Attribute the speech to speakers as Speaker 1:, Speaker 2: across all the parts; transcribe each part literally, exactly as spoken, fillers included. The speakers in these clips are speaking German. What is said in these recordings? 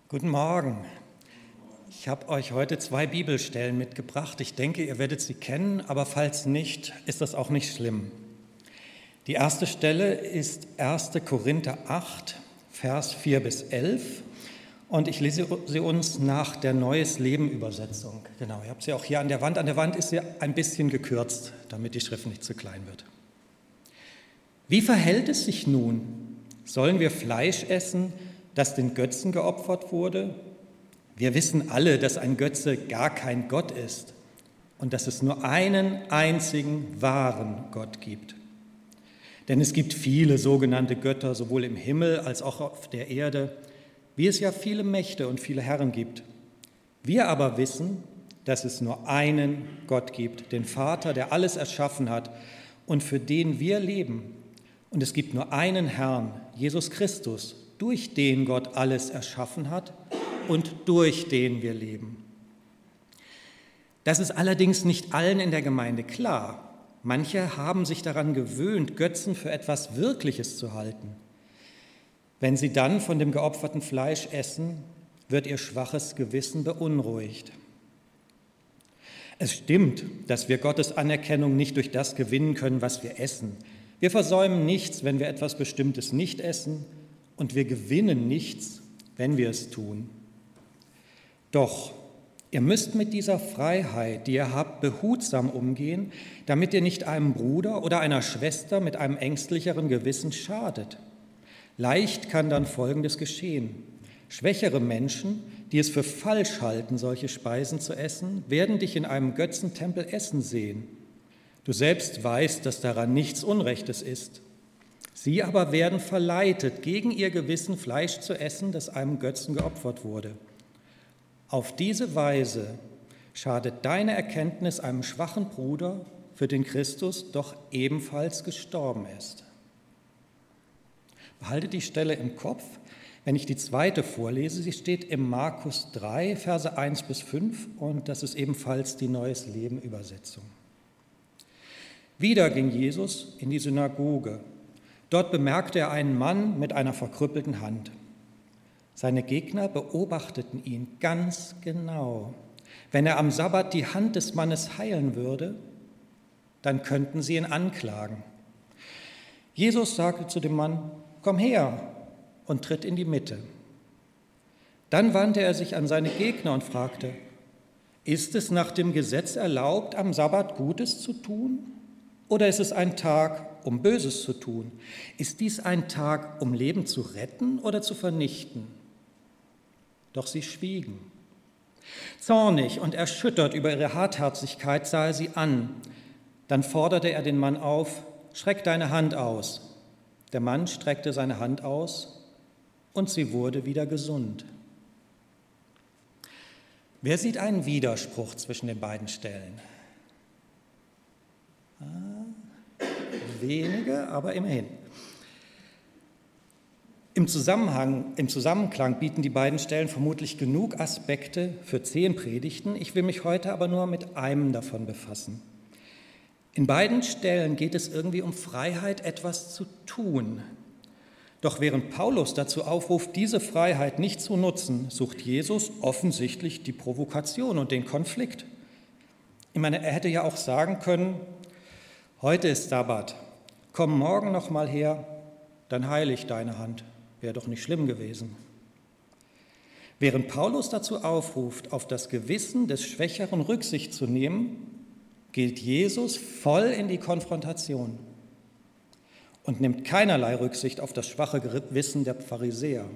Speaker 1: Guten Morgen. Ich habe euch heute zwei Bibelstellen mitgebracht. Ich denke, ihr werdet sie kennen, aber falls nicht, ist das auch nicht schlimm. Die erste Stelle ist erster Korinther acht, Vers vier bis elf und ich lese sie uns nach der Neues Leben Übersetzung. Genau, ihr habt sie auch hier an der Wand. An der Wand ist sie ein bisschen gekürzt, damit die Schrift nicht zu klein wird. Wie verhält es sich nun? Sollen wir Fleisch essen, das den Götzen geopfert wurde? Wir wissen alle, dass ein Götze gar kein Gott ist und dass es nur einen einzigen wahren Gott gibt. Denn es gibt viele sogenannte Götter, sowohl im Himmel als auch auf der Erde, wie es ja viele Mächte und viele Herren gibt. Wir aber wissen, dass es nur einen Gott gibt, den Vater, der alles erschaffen hat und für den wir leben. Und es gibt nur einen Herrn, Jesus Christus, durch den Gott alles erschaffen hat und durch den wir leben. Das ist allerdings nicht allen in der Gemeinde klar. Manche haben sich daran gewöhnt, Götzen für etwas Wirkliches zu halten. Wenn sie dann von dem geopferten Fleisch essen, wird ihr schwaches Gewissen beunruhigt. Es stimmt, dass wir Gottes Anerkennung nicht durch das gewinnen können, was wir essen. Wir versäumen nichts, wenn wir etwas Bestimmtes nicht essen, und wir gewinnen nichts, wenn wir es tun. Doch ihr müsst mit dieser Freiheit, die ihr habt, behutsam umgehen, damit ihr nicht einem Bruder oder einer Schwester mit einem ängstlicheren Gewissen schadet. Leicht kann dann Folgendes geschehen. Schwächere Menschen, die es für falsch halten, solche Speisen zu essen, werden dich in einem Götzentempel essen sehen. Du selbst weißt, dass daran nichts Unrechtes ist. Sie aber werden verleitet, gegen ihr Gewissen Fleisch zu essen, das einem Götzen geopfert wurde. Auf diese Weise schadet deine Erkenntnis einem schwachen Bruder, für den Christus doch ebenfalls gestorben ist. Behaltet die Stelle im Kopf, wenn ich die zweite vorlese. Sie steht im Markus drei, Verse eins bis fünf und das ist ebenfalls die Neues Leben Übersetzung. Wieder ging Jesus in die Synagoge. Dort bemerkte er einen Mann mit einer verkrüppelten Hand. Seine Gegner beobachteten ihn ganz genau. Wenn er am Sabbat die Hand des Mannes heilen würde, dann könnten sie ihn anklagen. Jesus sagte zu dem Mann: Komm her, und tritt in die Mitte. Dann wandte er sich an seine Gegner und fragte: Ist es nach dem Gesetz erlaubt, am Sabbat Gutes zu tun? Oder ist es ein Tag, um Böses zu tun? Ist dies ein Tag, um Leben zu retten oder zu vernichten? Doch sie schwiegen. Zornig und erschüttert über ihre Hartherzigkeit sah er sie an. Dann forderte er den Mann auf: Streck deine Hand aus. Der Mann streckte seine Hand aus und sie wurde wieder gesund. Wer sieht einen Widerspruch zwischen den beiden Stellen? Wenige, aber immerhin. Im Zusammenhang, im Zusammenklang bieten die beiden Stellen vermutlich genug Aspekte für zehn Predigten. Ich will mich heute aber nur mit einem davon befassen. In beiden Stellen geht es irgendwie um Freiheit, etwas zu tun. Doch während Paulus dazu aufruft, diese Freiheit nicht zu nutzen, sucht Jesus offensichtlich die Provokation und den Konflikt. Ich meine, er hätte ja auch sagen können: Heute ist Sabbat, komm morgen noch mal her, dann heile ich deine Hand. Wäre doch nicht schlimm gewesen. Während Paulus dazu aufruft, auf das Gewissen des Schwächeren Rücksicht zu nehmen, geht Jesus voll in die Konfrontation und nimmt keinerlei Rücksicht auf das schwache Gewissen der Pharisäer.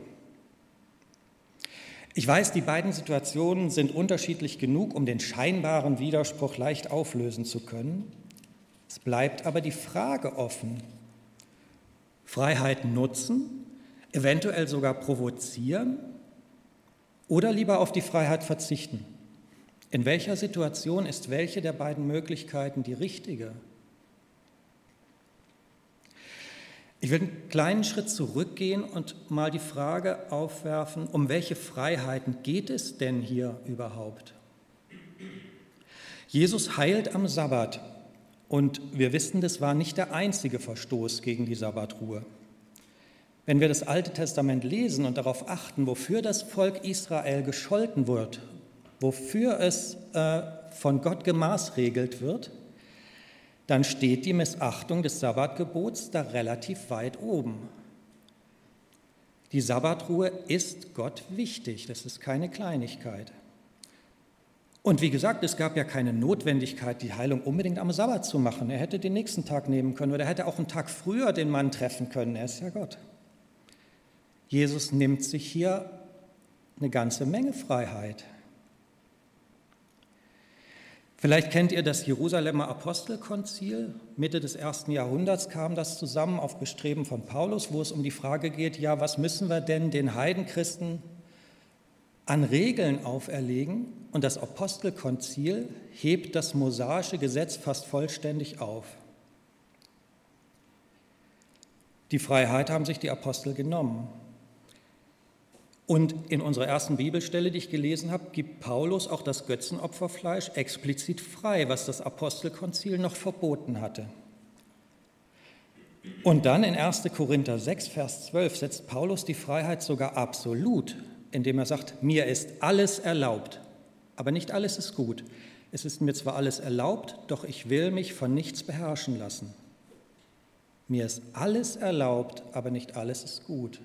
Speaker 1: Ich weiß, die beiden Situationen sind unterschiedlich genug, um den scheinbaren Widerspruch leicht auflösen zu können. Es bleibt aber die Frage offen: Freiheit nutzen, eventuell sogar provozieren oder lieber auf die Freiheit verzichten? In welcher Situation ist welche der beiden Möglichkeiten die richtige? Ich will einen kleinen Schritt zurückgehen und mal die Frage aufwerfen: Um welche Freiheiten geht es denn hier überhaupt? Jesus heilt am Sabbat. Und wir wissen, das war nicht der einzige Verstoß gegen die Sabbatruhe. Wenn wir das Alte Testament lesen und darauf achten, wofür das Volk Israel gescholten wird, wofür es äh, von Gott gemaßregelt wird, dann steht die Missachtung des Sabbatgebots da relativ weit oben. Die Sabbatruhe ist Gott wichtig, das ist keine Kleinigkeit. Und wie gesagt, es gab ja keine Notwendigkeit, die Heilung unbedingt am Sabbat zu machen. Er hätte den nächsten Tag nehmen können oder er hätte auch einen Tag früher den Mann treffen können, er ist ja Gott. Jesus nimmt sich hier eine ganze Menge Freiheit. Vielleicht kennt ihr das Jerusalemer Apostelkonzil. Mitte des ersten Jahrhunderts kam das zusammen auf Bestreben von Paulus, wo es um die Frage geht, ja, was müssen wir denn den Heidenchristen an Regeln auferlegen? Und das Apostelkonzil hebt das mosaische Gesetz fast vollständig auf. Die Freiheit haben sich die Apostel genommen. Und in unserer ersten Bibelstelle, die ich gelesen habe, gibt Paulus auch das Götzenopferfleisch explizit frei, was das Apostelkonzil noch verboten hatte. Und dann in erster Korinther sechs, Vers zwölf setzt Paulus die Freiheit sogar absolut, indem er sagt, mir ist alles erlaubt, aber nicht alles ist gut. Es ist mir zwar alles erlaubt, doch ich will mich von nichts beherrschen lassen. Mir ist alles erlaubt, aber nicht alles ist gut.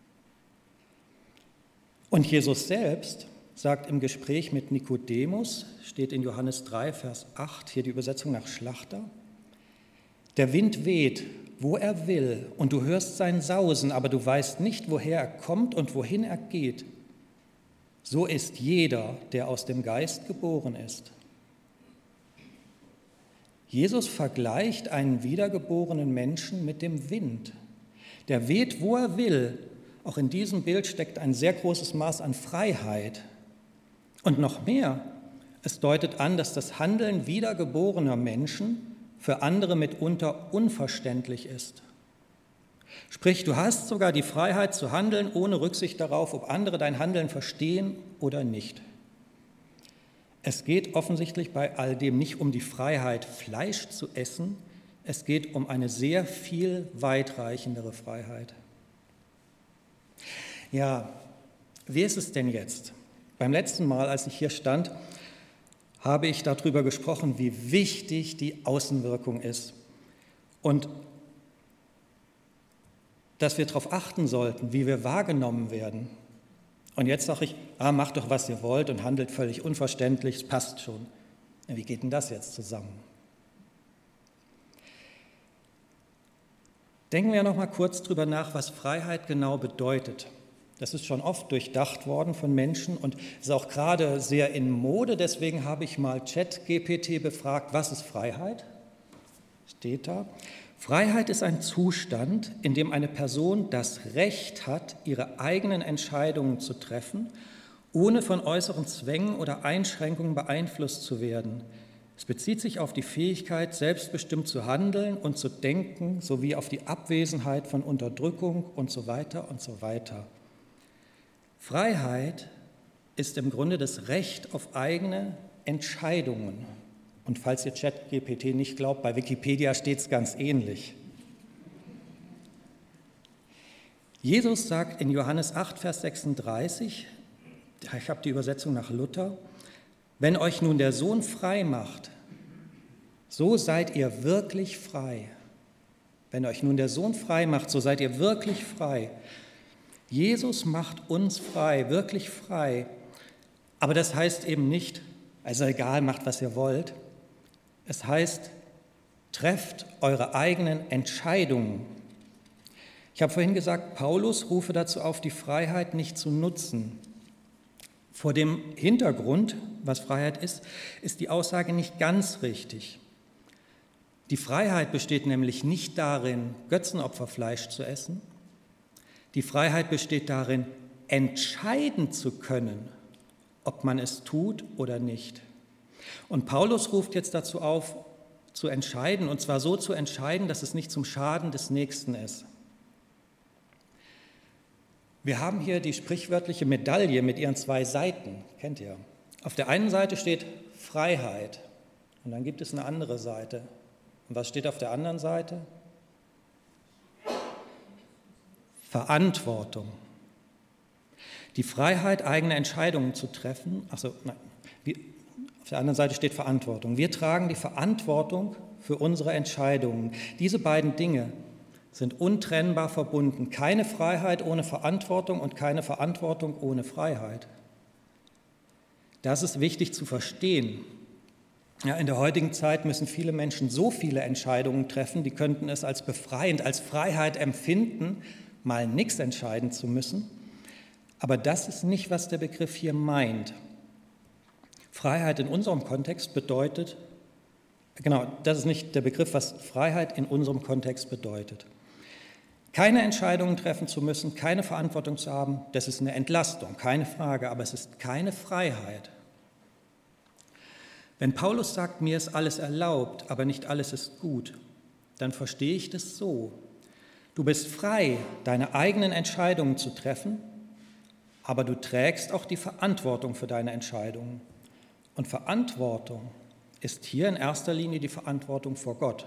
Speaker 1: Und Jesus selbst sagt im Gespräch mit Nikodemus, steht in Johannes drei, Vers acht, hier die Übersetzung nach Schlachter, der Wind weht, wo er will, und du hörst sein Sausen, aber du weißt nicht, woher er kommt und wohin er geht. So ist jeder, der aus dem Geist geboren ist. Jesus vergleicht einen wiedergeborenen Menschen mit dem Wind. Der weht, wo er will. Auch in diesem Bild steckt ein sehr großes Maß an Freiheit. Und noch mehr, es deutet an, dass das Handeln wiedergeborener Menschen für andere mitunter unverständlich ist. Sprich, du hast sogar die Freiheit zu handeln, ohne Rücksicht darauf, ob andere dein Handeln verstehen oder nicht. Es geht offensichtlich bei all dem nicht um die Freiheit, Fleisch zu essen, es geht um eine sehr viel weitreichendere Freiheit. Ja, wie ist es denn jetzt? Beim letzten Mal, als ich hier stand, habe ich darüber gesprochen, wie wichtig die Außenwirkung ist und dass wir darauf achten sollten, wie wir wahrgenommen werden. Und jetzt sage ich, ah, macht doch, was ihr wollt und handelt völlig unverständlich, es passt schon. Ja, wie geht denn das jetzt zusammen? Denken wir noch mal kurz drüber nach, was Freiheit genau bedeutet. Das ist schon oft durchdacht worden von Menschen und ist auch gerade sehr in Mode. Deswegen habe ich mal ChatGPT befragt, was ist Freiheit? Steht da. Freiheit ist ein Zustand, in dem eine Person das Recht hat, ihre eigenen Entscheidungen zu treffen, ohne von äußeren Zwängen oder Einschränkungen beeinflusst zu werden. Es bezieht sich auf die Fähigkeit, selbstbestimmt zu handeln und zu denken, sowie auf die Abwesenheit von Unterdrückung und so weiter und so weiter. Freiheit ist im Grunde das Recht auf eigene Entscheidungen. Und falls ihr ChatGPT nicht glaubt, bei Wikipedia steht es ganz ähnlich. Jesus sagt in Johannes acht, Vers sechsunddreißig, ich habe die Übersetzung nach Luther, wenn euch nun der Sohn frei macht, so seid ihr wirklich frei. Wenn euch nun der Sohn frei macht, so seid ihr wirklich frei. Jesus macht uns frei, wirklich frei. Aber das heißt eben nicht, also egal, macht, was ihr wollt. Es heißt, trefft eure eigenen Entscheidungen. Ich habe vorhin gesagt, Paulus rufe dazu auf, die Freiheit nicht zu nutzen. Vor dem Hintergrund, was Freiheit ist, ist die Aussage nicht ganz richtig. Die Freiheit besteht nämlich nicht darin, Götzenopferfleisch zu essen. Die Freiheit besteht darin, entscheiden zu können, ob man es tut oder nicht. Und Paulus ruft jetzt dazu auf, zu entscheiden, und zwar so zu entscheiden, dass es nicht zum Schaden des Nächsten ist. Wir haben hier die sprichwörtliche Medaille mit ihren zwei Seiten, kennt ihr. Auf der einen Seite steht Freiheit und dann gibt es eine andere Seite. Und was steht auf der anderen Seite? Verantwortung. Die Freiheit, eigene Entscheidungen zu treffen, also nein, wir, auf der anderen Seite steht Verantwortung. Wir tragen die Verantwortung für unsere Entscheidungen. Diese beiden Dinge sind untrennbar verbunden. Keine Freiheit ohne Verantwortung und keine Verantwortung ohne Freiheit. Das ist wichtig zu verstehen. Ja, in der heutigen Zeit müssen viele Menschen so viele Entscheidungen treffen, die könnten es als befreiend, als Freiheit empfinden, mal nichts entscheiden zu müssen. Aber das ist nicht, was der Begriff hier meint. Freiheit in unserem Kontext bedeutet, genau, das ist nicht der Begriff, was Freiheit in unserem Kontext bedeutet. Keine Entscheidungen treffen zu müssen, keine Verantwortung zu haben, das ist eine Entlastung, keine Frage, aber es ist keine Freiheit. Wenn Paulus sagt, mir ist alles erlaubt, aber nicht alles ist gut, dann verstehe ich das so. Du bist frei, deine eigenen Entscheidungen zu treffen, aber du trägst auch die Verantwortung für deine Entscheidungen. Und Verantwortung ist hier in erster Linie die Verantwortung vor Gott.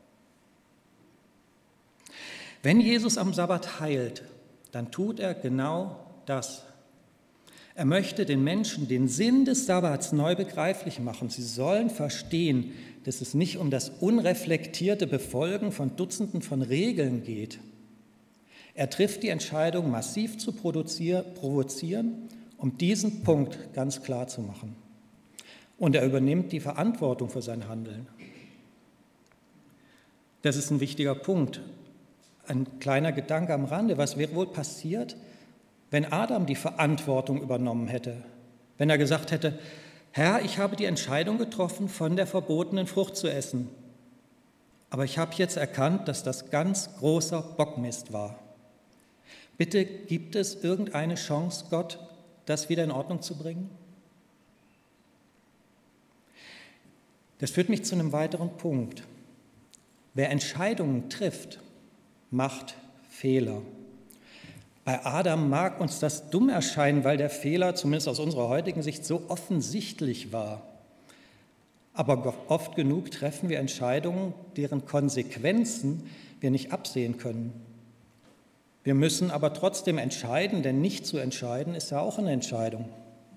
Speaker 1: Wenn Jesus am Sabbat heilt, dann tut er genau das. Er möchte den Menschen den Sinn des Sabbats neu begreiflich machen. Sie sollen verstehen, dass es nicht um das unreflektierte Befolgen von Dutzenden von Regeln geht. Er trifft die Entscheidung, massiv zu provozieren, um diesen Punkt ganz klar zu machen. Und er übernimmt die Verantwortung für sein Handeln. Das ist ein wichtiger Punkt. Ein kleiner Gedanke am Rande. Was wäre wohl passiert, wenn Adam die Verantwortung übernommen hätte? Wenn er gesagt hätte, Herr, ich habe die Entscheidung getroffen, von der verbotenen Frucht zu essen. Aber ich habe jetzt erkannt, dass das ganz großer Bockmist war. Bitte, gibt es irgendeine Chance, Gott, das wieder in Ordnung zu bringen? Das führt mich zu einem weiteren Punkt. Wer Entscheidungen trifft, macht Fehler. Bei Adam mag uns das dumm erscheinen, weil der Fehler, zumindest aus unserer heutigen Sicht, so offensichtlich war. Aber oft genug treffen wir Entscheidungen, deren Konsequenzen wir nicht absehen können. Wir müssen aber trotzdem entscheiden, denn nicht zu entscheiden ist ja auch eine Entscheidung.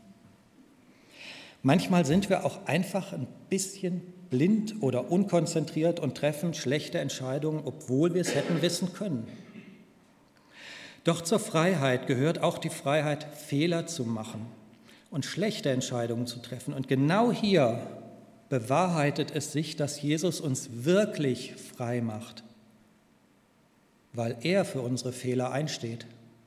Speaker 1: Manchmal sind wir auch einfach ein bisschen blind oder unkonzentriert und treffen schlechte Entscheidungen, obwohl wir es hätten wissen können. Doch zur Freiheit gehört auch die Freiheit, Fehler zu machen und schlechte Entscheidungen zu treffen. Und genau hier bewahrheitet es sich, dass Jesus uns wirklich frei macht, weil er für unsere Fehler einsteht.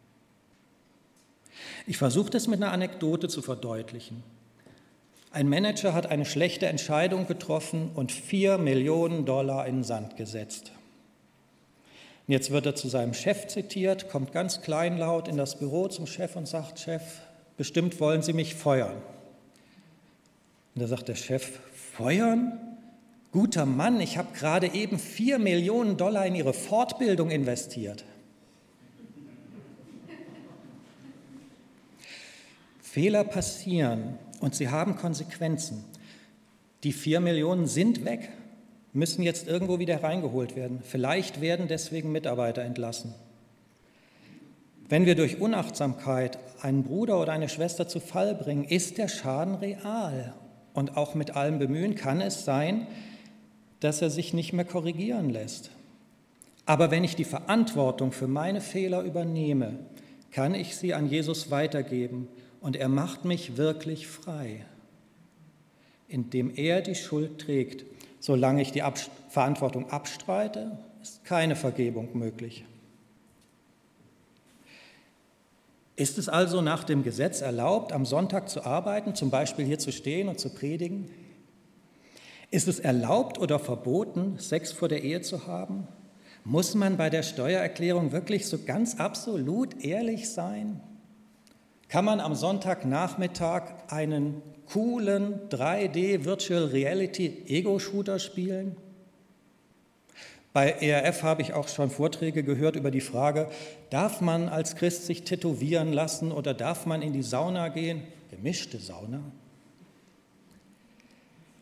Speaker 1: Ich versuche das mit einer Anekdote zu verdeutlichen. Ein Manager hat eine schlechte Entscheidung getroffen und vier Millionen Dollar in den Sand gesetzt. Und jetzt wird er zu seinem Chef zitiert, kommt ganz kleinlaut in das Büro zum Chef und sagt, Chef, bestimmt wollen Sie mich feuern. Und da sagt der Chef, feuern? Guter Mann, ich habe gerade eben vier Millionen Dollar in Ihre Fortbildung investiert. Fehler passieren und sie haben Konsequenzen. Die vier Millionen sind weg, müssen jetzt irgendwo wieder reingeholt werden. Vielleicht werden deswegen Mitarbeiter entlassen. Wenn wir durch Unachtsamkeit einen Bruder oder eine Schwester zu Fall bringen, ist der Schaden real. Und auch mit allem Bemühen kann es sein, dass er sich nicht mehr korrigieren lässt. Aber wenn ich die Verantwortung für meine Fehler übernehme, kann ich sie an Jesus weitergeben und er macht mich wirklich frei, indem er die Schuld trägt. Solange ich die Ab- Verantwortung abstreite, ist keine Vergebung möglich. Ist es also nach dem Gesetz erlaubt, am Sonntag zu arbeiten, zum Beispiel hier zu stehen und zu predigen? Ist es erlaubt oder verboten, Sex vor der Ehe zu haben? Muss man bei der Steuererklärung wirklich so ganz absolut ehrlich sein? Kann man am Sonntagnachmittag einen coolen drei D Virtual Reality Ego-Shooter spielen? Bei E R F habe ich auch schon Vorträge gehört über die Frage, darf man als Christ sich tätowieren lassen oder darf man in die Sauna gehen? Gemischte Sauna.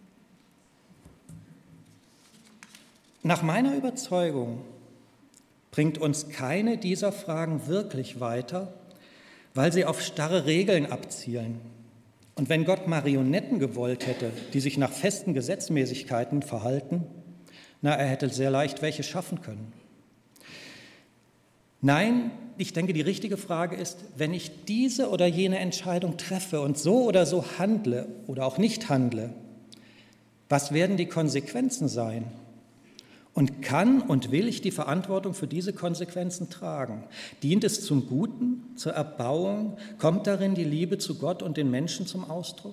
Speaker 1: Nach meiner Überzeugung bringt uns keine dieser Fragen wirklich weiter, weil sie auf starre Regeln abzielen. Und wenn Gott Marionetten gewollt hätte, die sich nach festen Gesetzmäßigkeiten verhalten, na, er hätte sehr leicht welche schaffen können. Nein, ich denke, die richtige Frage ist, wenn ich diese oder jene Entscheidung treffe und so oder so handle oder auch nicht handle, was werden die Konsequenzen sein? Und kann und will ich die Verantwortung für diese Konsequenzen tragen? Dient es zum Guten, zur Erbauung? Kommt darin die Liebe zu Gott und den Menschen zum Ausdruck?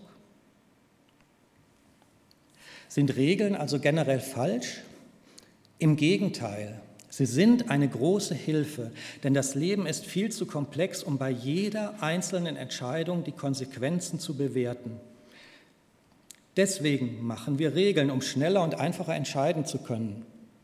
Speaker 1: Sind Regeln also generell falsch? Im Gegenteil, sie sind eine große Hilfe, denn das Leben ist viel zu komplex, um bei jeder einzelnen Entscheidung die Konsequenzen zu bewerten. Deswegen machen wir Regeln, um schneller und einfacher entscheiden zu können.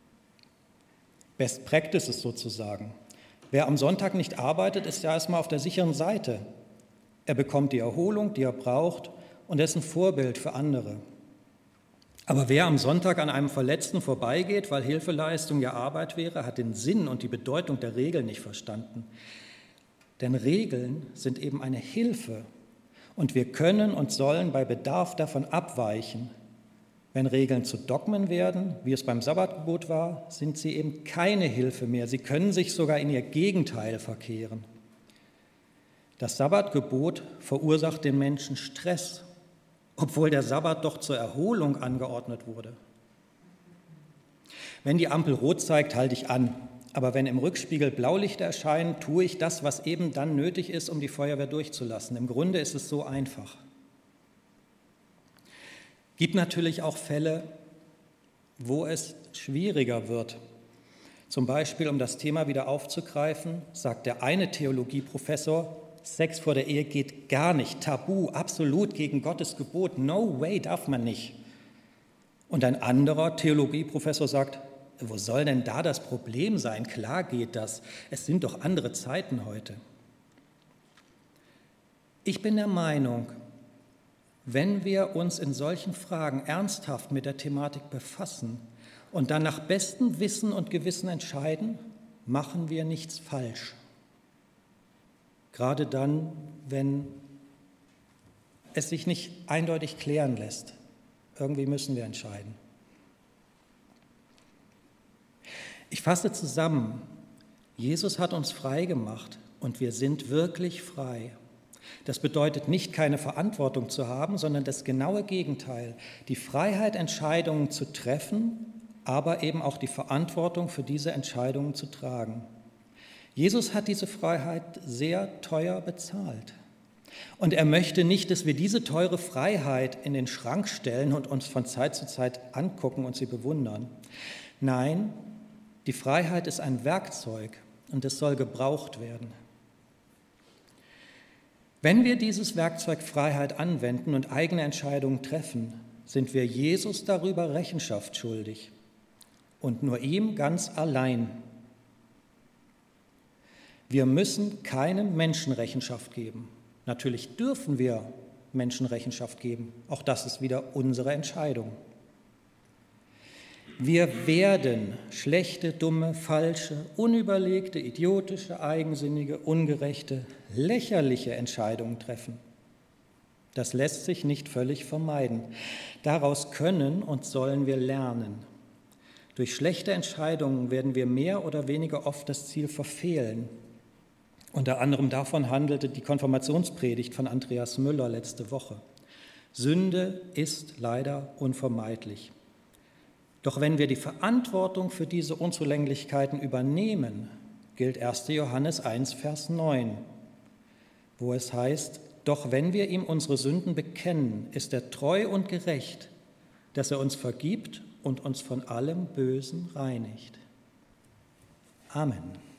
Speaker 1: Best Practices sozusagen. Wer am Sonntag nicht arbeitet, ist ja erstmal auf der sicheren Seite. Er bekommt die Erholung, die er braucht, und er ist ein Vorbild für andere. Aber wer am Sonntag an einem Verletzten vorbeigeht, weil Hilfeleistung ja Arbeit wäre, hat den Sinn und die Bedeutung der Regeln nicht verstanden. Denn Regeln sind eben eine Hilfe und wir können und sollen bei Bedarf davon abweichen. Wenn Regeln zu Dogmen werden, wie es beim Sabbatgebot war, sind sie eben keine Hilfe mehr. Sie können sich sogar in ihr Gegenteil verkehren. Das Sabbatgebot verursacht den Menschen Stress, obwohl der Sabbat doch zur Erholung angeordnet wurde. Wenn die Ampel rot zeigt, halte ich an. Aber wenn im Rückspiegel Blaulichter erscheinen, tue ich das, was eben dann nötig ist, um die Feuerwehr durchzulassen. Im Grunde ist es so einfach. Es gibt natürlich auch Fälle, wo es schwieriger wird. Zum Beispiel, um das Thema wieder aufzugreifen, sagt der eine Theologieprofessor, Sex vor der Ehe geht gar nicht, tabu, absolut gegen Gottes Gebot, no way, darf man nicht. Und ein anderer Theologieprofessor sagt, wo soll denn da das Problem sein? Klar geht das, es sind doch andere Zeiten heute. Ich bin der Meinung, wenn wir uns in solchen Fragen ernsthaft mit der Thematik befassen und dann nach bestem Wissen und Gewissen entscheiden, machen wir nichts falsch. Gerade dann, wenn es sich nicht eindeutig klären lässt. Irgendwie müssen wir entscheiden. Ich fasse zusammen, Jesus hat uns frei gemacht und wir sind wirklich frei. Das bedeutet nicht, keine Verantwortung zu haben, sondern das genaue Gegenteil. Die Freiheit, Entscheidungen zu treffen, aber eben auch die Verantwortung für diese Entscheidungen zu tragen. Jesus hat diese Freiheit sehr teuer bezahlt. Und er möchte nicht, dass wir diese teure Freiheit in den Schrank stellen und uns von Zeit zu Zeit angucken und sie bewundern. Nein, die Freiheit ist ein Werkzeug und es soll gebraucht werden. Wenn wir dieses Werkzeug Freiheit anwenden und eigene Entscheidungen treffen, sind wir Jesus darüber Rechenschaft schuldig und nur ihm ganz allein. Wir müssen keinem Menschen Rechenschaft geben. Natürlich dürfen wir Menschen Rechenschaft geben. Auch das ist wieder unsere Entscheidung. Wir werden schlechte, dumme, falsche, unüberlegte, idiotische, eigensinnige, ungerechte, lächerliche Entscheidungen treffen. Das lässt sich nicht völlig vermeiden. Daraus können und sollen wir lernen. Durch schlechte Entscheidungen werden wir mehr oder weniger oft das Ziel verfehlen. Unter anderem davon handelte die Konfirmationspredigt von Andreas Müller letzte Woche. Sünde ist leider unvermeidlich. Doch wenn wir die Verantwortung für diese Unzulänglichkeiten übernehmen, gilt erster Johannes eins, Vers neun, wo es heißt, doch wenn wir ihm unsere Sünden bekennen, ist er treu und gerecht, dass er uns vergibt und uns von allem Bösen reinigt. Amen.